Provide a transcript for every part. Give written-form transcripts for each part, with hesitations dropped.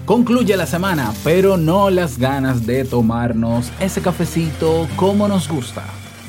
Concluye la semana, pero no las ganas de tomarnos ese cafecito como nos gusta.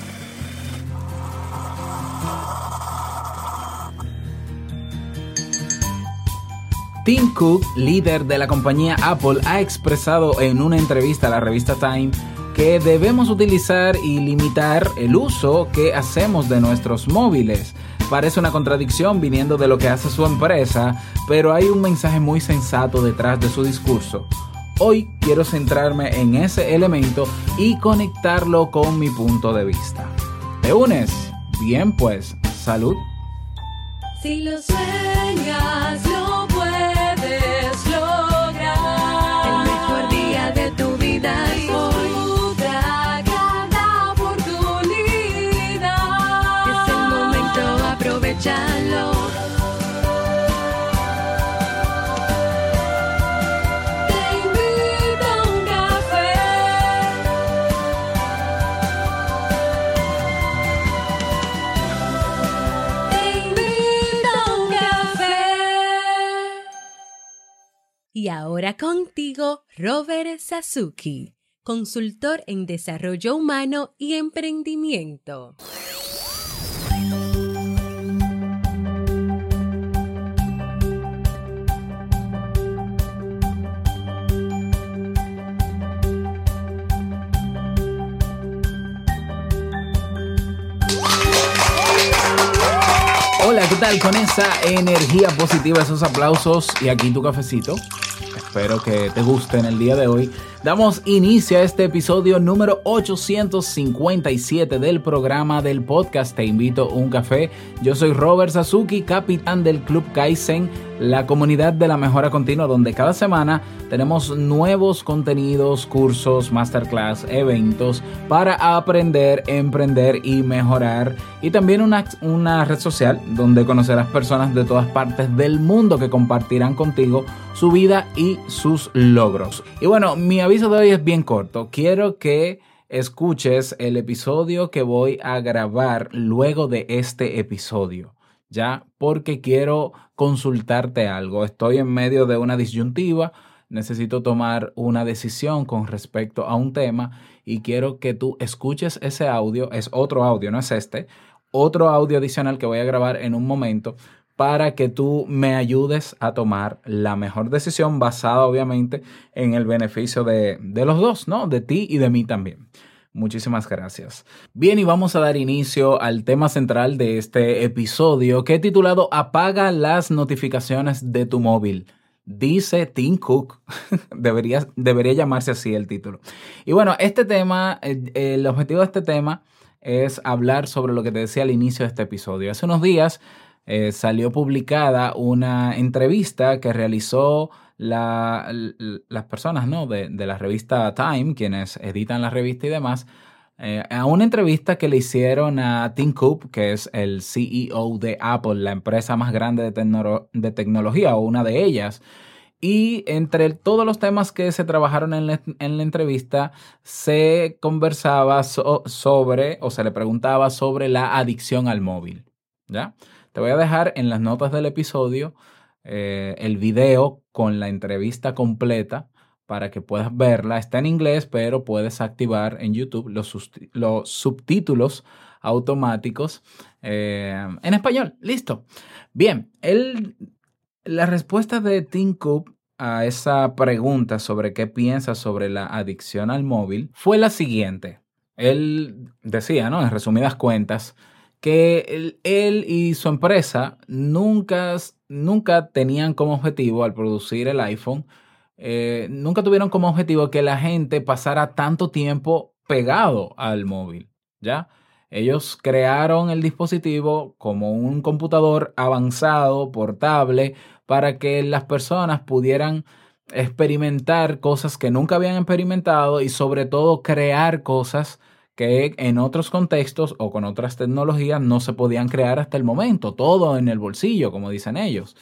Tim Cook, líder de la compañía Apple, ha expresado en una entrevista a la revista Time que debemos utilizar y limitar el uso que hacemos de nuestros móviles. Parece una contradicción viniendo de lo que hace su empresa, pero hay un mensaje muy sensato detrás de su discurso. Hoy quiero centrarme en ese elemento y conectarlo con mi punto de vista. ¿Te unes? Bien, pues, salud. Si lo sueñas, lo puedes lograr. El mejor día de tu vida es hoy. Disfruta cada oportunidad. Es el momento, aprovechalo. Te invito a un café. Y ahora contigo, Robert Sasuki, consultor en desarrollo humano y emprendimiento. Hola, ¿qué tal? Con esa energía positiva, esos aplausos y aquí tu cafecito. Espero que te guste en el día de hoy. Damos inicio a este episodio número 857 del programa del podcast Te Invito a un Café. Yo soy Robert Sasuki, capitán del Club Kaizen, la comunidad de la mejora continua, donde cada semana tenemos nuevos contenidos, cursos, masterclass, eventos para aprender, emprender y mejorar. Y también una red social donde conocerás personas de todas partes del mundo que compartirán contigo su vida y sus logros. Y bueno, mi aviso de hoy es bien corto. Quiero que escuches el episodio que voy a grabar luego de este episodio, ¿ya? Porque quiero consultarte algo. Estoy en medio de una disyuntiva. Necesito tomar una decisión con respecto a un tema y quiero que tú escuches ese audio. Es otro audio, no es este. Otro audio adicional que voy a grabar en un momento para que tú me ayudes a tomar la mejor decisión basada obviamente en el beneficio de los dos, ¿no? De ti y de mí también. Muchísimas gracias. Bien, y vamos a dar inicio al tema central de este episodio que he titulado Apaga las notificaciones de tu móvil. Dice Tim Cook, debería llamarse así el título. Y bueno, este tema, el objetivo de este tema es hablar sobre lo que te decía al inicio de este episodio. Hace unos días salió publicada una entrevista que realizó las personas, ¿no? de la revista Time, quienes editan la revista y demás, a una entrevista que le hicieron a Tim Cook, que es el CEO de Apple, la empresa más grande de tecnología o una de ellas. Y entre todos los temas que se trabajaron en la entrevista, se conversaba sobre, o se le preguntaba sobre la adicción al móvil, ¿ya? Te voy a dejar en las notas del episodio el video con la entrevista completa para que puedas verla. Está en inglés, pero puedes activar en YouTube los subtítulos automáticos en español. Listo. Bien, la respuesta de Tim Cook a esa pregunta sobre qué piensa sobre la adicción al móvil fue la siguiente. Él decía, ¿no? En resumidas cuentas, que él y su empresa nunca tenían como objetivo al producir el iPhone, nunca tuvieron como objetivo que la gente pasara tanto tiempo pegado al móvil, ¿ya? Ellos crearon el dispositivo como un computador avanzado, portable, para que las personas pudieran experimentar cosas que nunca habían experimentado y sobre todo crear cosas que en otros contextos o con otras tecnologías no se podían crear hasta el momento, todo en el bolsillo, como dicen ellos.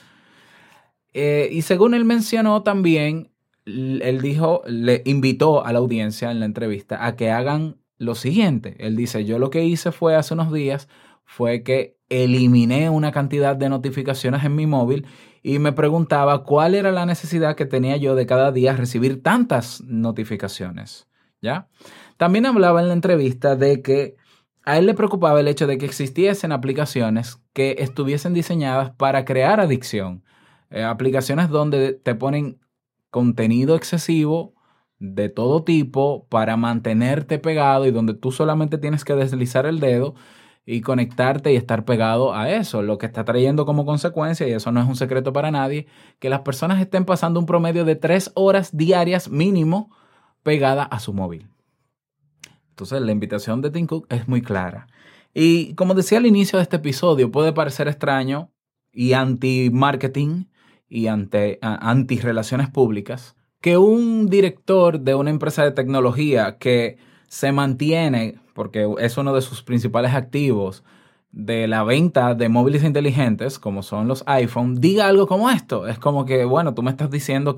Y según él mencionó también, él dijo, le invitó a la audiencia en la entrevista a que hagan lo siguiente. Él dice, yo lo que hice fue hace unos días fue que eliminé una cantidad de notificaciones en mi móvil y me preguntaba cuál era la necesidad que tenía yo de cada día recibir tantas notificaciones, ¿ya? También hablaba en la entrevista de que a él le preocupaba el hecho de que existiesen aplicaciones que estuviesen diseñadas para crear adicción. Aplicaciones donde te ponen contenido excesivo de todo tipo para mantenerte pegado y donde tú solamente tienes que deslizar el dedo y conectarte y estar pegado a eso, lo que está trayendo como consecuencia, y eso no es un secreto para nadie, que las personas estén pasando un promedio de 3 horas diarias mínimo pegada a su móvil. Entonces, la invitación de Tim Cook es muy clara. Y como decía al inicio de este episodio, puede parecer extraño y anti-marketing y anti-relaciones públicas que un director de una empresa de tecnología que se mantiene, porque es uno de sus principales activos, de la venta de móviles inteligentes, como son los iPhone, diga algo como esto. Es como que, bueno, tú me estás diciendo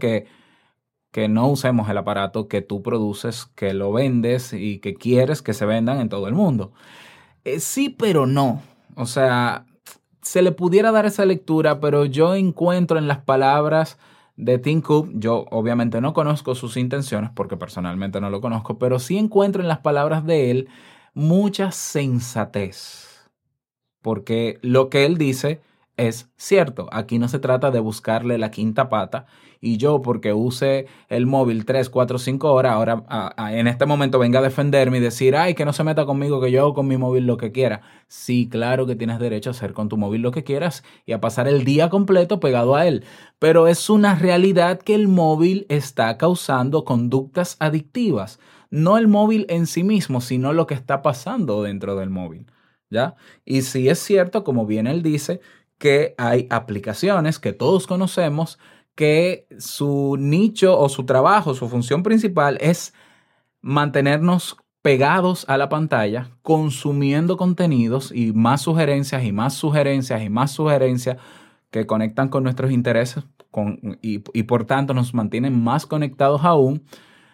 que no usemos el aparato que tú produces, que lo vendes y que quieres que se vendan en todo el mundo. Sí, pero no. O sea, se le pudiera dar esa lectura, pero yo encuentro en las palabras de Tim Cook, yo obviamente no conozco sus intenciones porque personalmente no lo conozco, pero sí encuentro en las palabras de él mucha sensatez, porque lo que él dice es cierto. Aquí no se trata de buscarle la quinta pata y yo porque use el móvil 3, 4, 5 horas, ahora en este momento venga a defenderme y decir, ay, que no se meta conmigo, que yo hago con mi móvil lo que quiera. Sí, claro que tienes derecho a hacer con tu móvil lo que quieras y a pasar el día completo pegado a él, pero es una realidad que el móvil está causando conductas adictivas, no el móvil en sí mismo, sino lo que está pasando dentro del móvil, ¿ya? Y sí es cierto, como bien él dice, que hay aplicaciones que todos conocemos que su nicho o su trabajo, su función principal es mantenernos pegados a la pantalla, consumiendo contenidos y más sugerencias y más sugerencias y más sugerencias que conectan con nuestros intereses y por tanto nos mantienen más conectados aún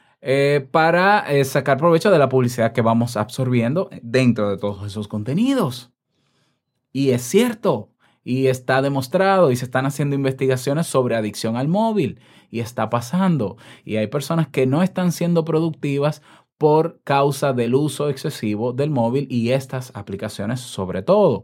para sacar provecho de la publicidad que vamos absorbiendo dentro de todos esos contenidos. Y es cierto, y está demostrado, y se están haciendo investigaciones sobre adicción al móvil, y está pasando. Y hay personas que no están siendo productivas por causa del uso excesivo del móvil y estas aplicaciones sobre todo.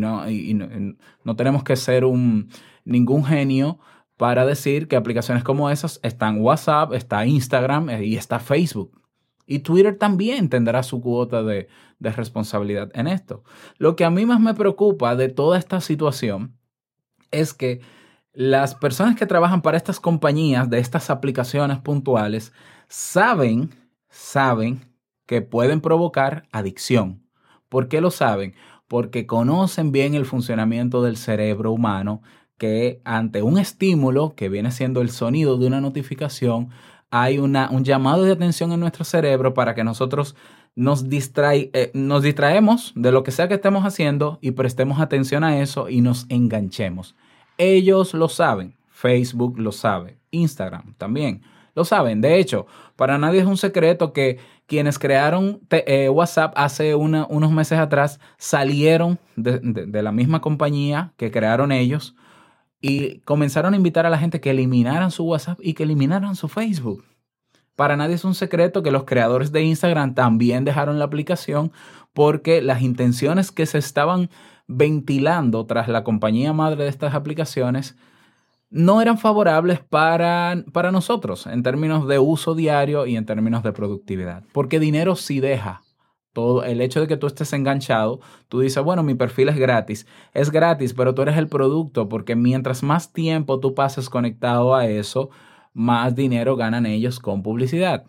No tenemos que ser ningún genio para decir que aplicaciones como esas están WhatsApp, está Instagram y está Facebook. Y Twitter también tendrá su cuota de responsabilidad en esto. Lo que a mí más me preocupa de toda esta situación es que las personas que trabajan para estas compañías de estas aplicaciones puntuales saben que pueden provocar adicción. ¿Por qué lo saben? Porque conocen bien el funcionamiento del cerebro humano, que ante un estímulo que viene siendo el sonido de una notificación, hay un llamado de atención en nuestro cerebro para que nosotros nos distraemos de lo que sea que estemos haciendo y prestemos atención a eso y nos enganchemos. Ellos lo saben, Facebook lo sabe, Instagram también lo saben. De hecho, para nadie es un secreto que quienes crearon WhatsApp hace unos meses atrás salieron de la misma compañía que crearon ellos y comenzaron a invitar a la gente que eliminaran su WhatsApp y que eliminaran su Facebook. Para nadie es un secreto que los creadores de Instagram también dejaron la aplicación porque las intenciones que se estaban ventilando tras la compañía madre de estas aplicaciones no eran favorables para nosotros en términos de uso diario y en términos de productividad. Porque dinero sí deja. Todo el hecho de que tú estés enganchado, tú dices, bueno, mi perfil es gratis, pero tú eres el producto, porque mientras más tiempo tú pases conectado a eso, más dinero ganan ellos con publicidad.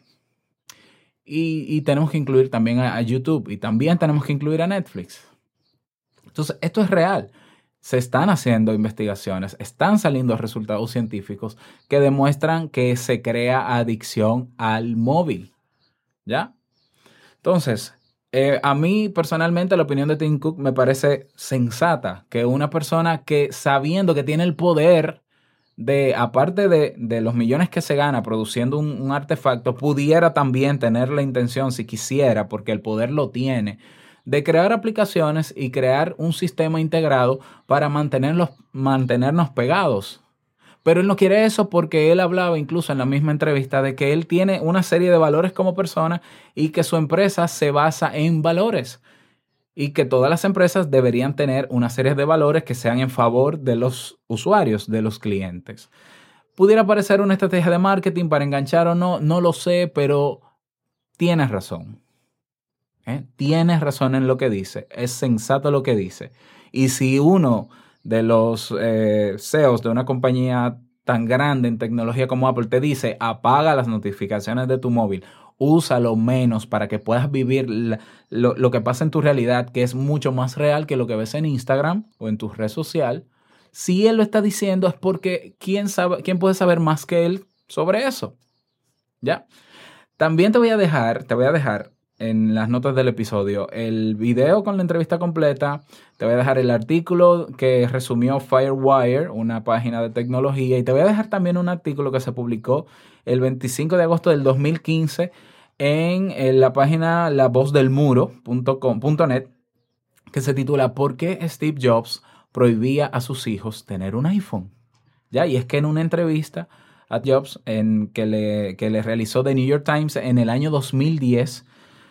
Y tenemos que incluir también a YouTube y también tenemos que incluir a Netflix. Entonces, esto es real. Se están haciendo investigaciones, están saliendo resultados científicos que demuestran que se crea adicción al móvil, ¿ya? Entonces, a mí personalmente la opinión de Tim Cook me parece sensata, que una persona que sabiendo que tiene el poder de, aparte de los millones que se gana produciendo un artefacto, pudiera también tener la intención, si quisiera, porque el poder lo tiene, de crear aplicaciones y crear un sistema integrado para mantenernos pegados Pero él no quiere eso porque él hablaba incluso en la misma entrevista de que él tiene una serie de valores como persona y que su empresa se basa en valores. Y que todas las empresas deberían tener una serie de valores que sean en favor de los usuarios, de los clientes. Pudiera parecer una estrategia de marketing para enganchar o no, no lo sé, pero tienes razón. Tienes razón en lo que dice, es sensato lo que dice. Y si uno de los CEOs de una compañía tan grande en tecnología como Apple te dice, apaga las notificaciones de tu móvil, úsalo menos para que puedas vivir lo que pasa en tu realidad, que es mucho más real que lo que ves en Instagram o en tu red social. Si él lo está diciendo es porque quién puede saber más que él sobre eso. ¿Ya? También te voy a dejar en las notas del episodio el video con la entrevista completa. Te voy a dejar el artículo que resumió Firewire, una página de tecnología. Y te voy a dejar también un artículo que se publicó el 25 de agosto del 2015 en la página lavozdelmuro.net, que se titula ¿Por qué Steve Jobs prohibía a sus hijos tener un iPhone? ¿Ya? Y es que en una entrevista a Jobs que le realizó The New York Times en el año 2010,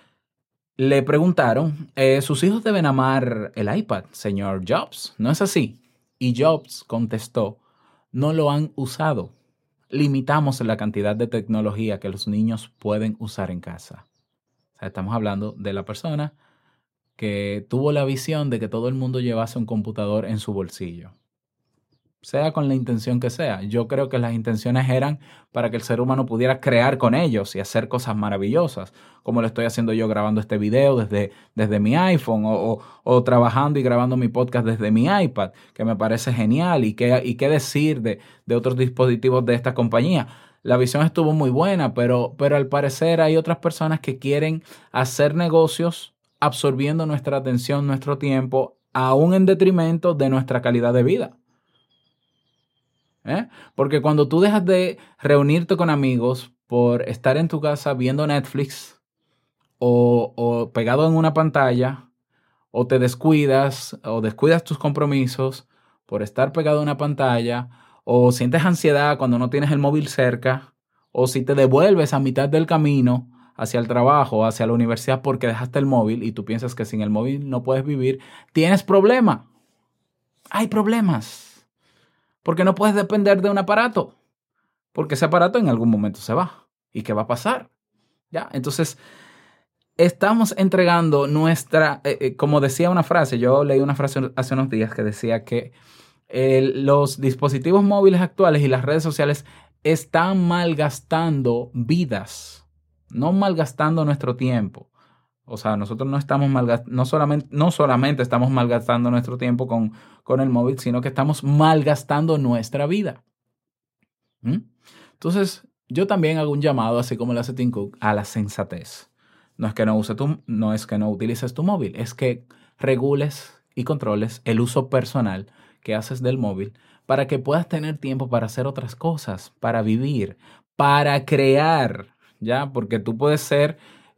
le preguntaron, ¿sus hijos deben amar el iPad, señor Jobs? ¿No es así? Y Jobs contestó, no lo han usado. Limitamos la cantidad de tecnología que los niños pueden usar en casa. O sea, estamos hablando de la persona que tuvo la visión de que todo el mundo llevase un computador en su bolsillo. Sea con la intención que sea. Yo creo que las intenciones eran para que el ser humano pudiera crear con ellos y hacer cosas maravillosas, como lo estoy haciendo yo grabando este video desde mi iPhone o trabajando y grabando mi podcast desde mi iPad, que me parece genial. Y qué decir de otros dispositivos de esta compañía. La visión estuvo muy buena, pero al parecer hay otras personas que quieren hacer negocios absorbiendo nuestra atención, nuestro tiempo, aún en detrimento de nuestra calidad de vida. Porque cuando tú dejas de reunirte con amigos por estar en tu casa viendo Netflix o pegado en una pantalla, o te descuidas o descuidas tus compromisos por estar pegado a una pantalla, o sientes ansiedad cuando no tienes el móvil cerca, o si te devuelves a mitad del camino hacia el trabajo, hacia la universidad porque dejaste el móvil y tú piensas que sin el móvil no puedes vivir, tienes problema. Hay problemas. Porque no puedes depender de un aparato. Porque ese aparato en algún momento se va. ¿Y qué va a pasar? ¿Ya? Entonces, estamos entregando como decía una frase, yo leí una frase hace unos días que decía que los dispositivos móviles actuales y las redes sociales están malgastando vidas, no malgastando nuestro tiempo. O sea, nosotros no solamente estamos malgastando nuestro tiempo con el móvil, sino que estamos malgastando nuestra vida. Entonces, yo también hago un llamado, así como lo hace Tim Cook, a la sensatez. No es que no utilices tu móvil, es que regules y controles el uso personal que haces del móvil para que puedas tener tiempo para hacer otras cosas, para vivir, para crear, ¿ya? Porque tú puedes ser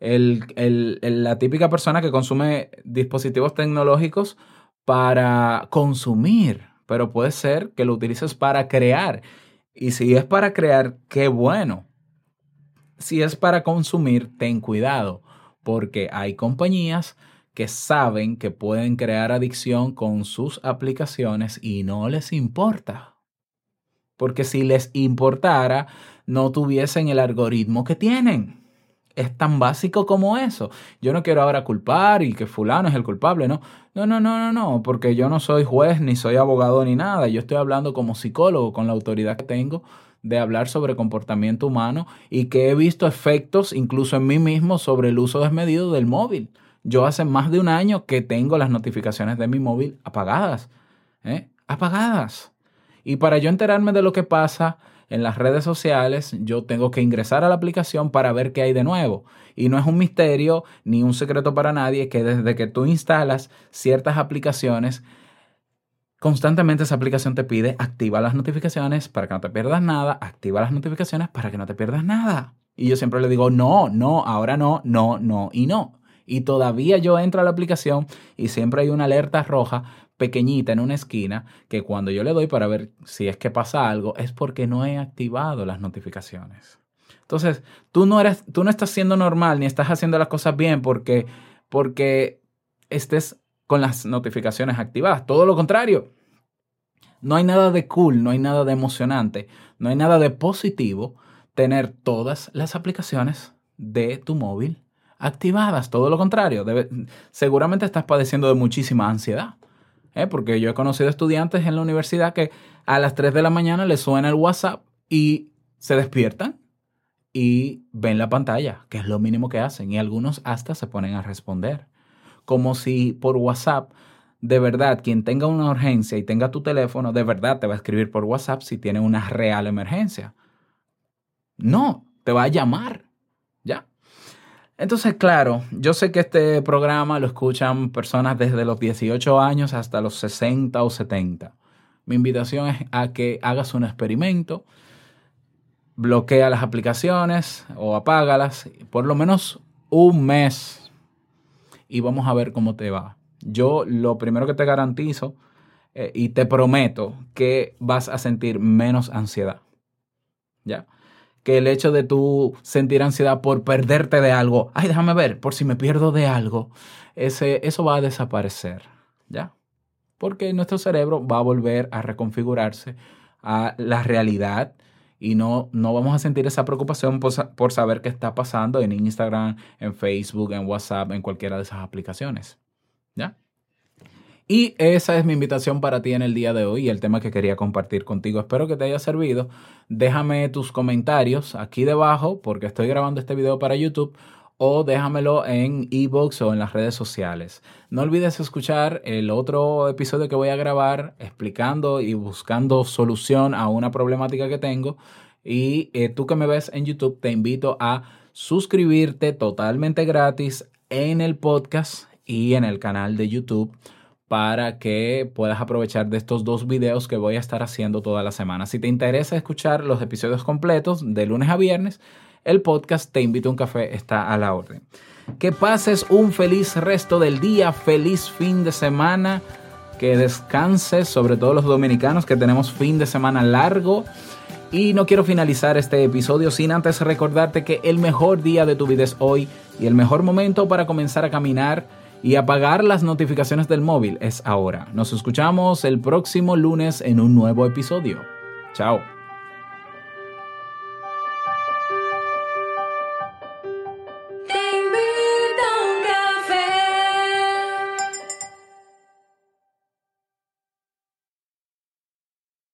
la típica persona que consume dispositivos tecnológicos para consumir, pero puede ser que lo utilices para crear. Y si es para crear, qué bueno. Si es para consumir, ten cuidado, porque hay compañías que saben que pueden crear adicción con sus aplicaciones y no les importa. Porque si les importara, no tuviesen el algoritmo que tienen. Es tan básico como eso. Yo no quiero ahora culpar y que fulano es el culpable, ¿no? No, porque yo no soy juez, ni soy abogado, ni nada. Yo estoy hablando como psicólogo, con la autoridad que tengo de hablar sobre comportamiento humano y que he visto efectos incluso en mí mismo sobre el uso desmedido del móvil. Yo hace más de un año que tengo las notificaciones de mi móvil apagadas. Apagadas. Y para yo enterarme de lo que pasa en las redes sociales, yo tengo que ingresar a la aplicación para ver qué hay de nuevo. Y no es un misterio ni un secreto para nadie que desde que tú instalas ciertas aplicaciones, constantemente esa aplicación te pide activa las notificaciones para que no te pierdas nada, activa las notificaciones para que no te pierdas nada. Y yo siempre le digo, no, ahora no y no. Y todavía yo entro a la aplicación y siempre hay una alerta roja pequeñita en una esquina que cuando yo le doy para ver si es que pasa algo es porque no he activado las notificaciones. Entonces, tú no estás siendo normal ni estás haciendo las cosas bien porque estés con las notificaciones activadas. Todo lo contrario. No hay nada de cool, no hay nada de emocionante, no hay nada de positivo tener todas las aplicaciones de tu móvil activadas. Todo lo contrario. Seguramente estás padeciendo de muchísima ansiedad. Porque yo he conocido estudiantes en la universidad que a las 3 de la mañana les suena el WhatsApp y se despiertan y ven la pantalla, que es lo mínimo que hacen. Y algunos hasta se ponen a responder. Como si por WhatsApp, de verdad, quien tenga una urgencia y tenga tu teléfono, de verdad te va a escribir por WhatsApp si tiene una real emergencia. No, te va a llamar. ¿Ya? Entonces, claro, yo sé que este programa lo escuchan personas desde los 18 años hasta los 60 o 70. Mi invitación es a que hagas un experimento, bloquea las aplicaciones o apágalas por lo menos un mes y vamos a ver cómo te va. Yo lo primero que te garantizo y te prometo que vas a sentir menos ansiedad. ¿Ya? Que el hecho de tú sentir ansiedad por perderte de algo, ay, déjame ver, por si me pierdo de algo, eso va a desaparecer, ¿ya? Porque nuestro cerebro va a volver a reconfigurarse a la realidad y no vamos a sentir esa preocupación por saber qué está pasando en Instagram, en Facebook, en WhatsApp, en cualquiera de esas aplicaciones, ¿ya? Y esa es mi invitación para ti en el día de hoy y el tema que quería compartir contigo. Espero que te haya servido. Déjame tus comentarios aquí debajo porque estoy grabando este video para YouTube o déjamelo en iVoox o en las redes sociales. No olvides escuchar el otro episodio que voy a grabar explicando y buscando solución a una problemática que tengo. Y tú que me ves en YouTube, te invito a suscribirte totalmente gratis en el podcast y en el canal de YouTube para que puedas aprovechar de estos 2 videos que voy a estar haciendo toda la semana. Si te interesa escuchar los episodios completos de lunes a viernes, el podcast Te Invito a un Café está a la orden. Que pases un feliz resto del día, feliz fin de semana, que descanses, sobre todo los dominicanos que tenemos fin de semana largo. Y no quiero finalizar este episodio sin antes recordarte que el mejor día de tu vida es hoy y el mejor momento para comenzar a caminar y apagar las notificaciones del móvil es ahora. Nos escuchamos el próximo lunes en un nuevo episodio. Chao.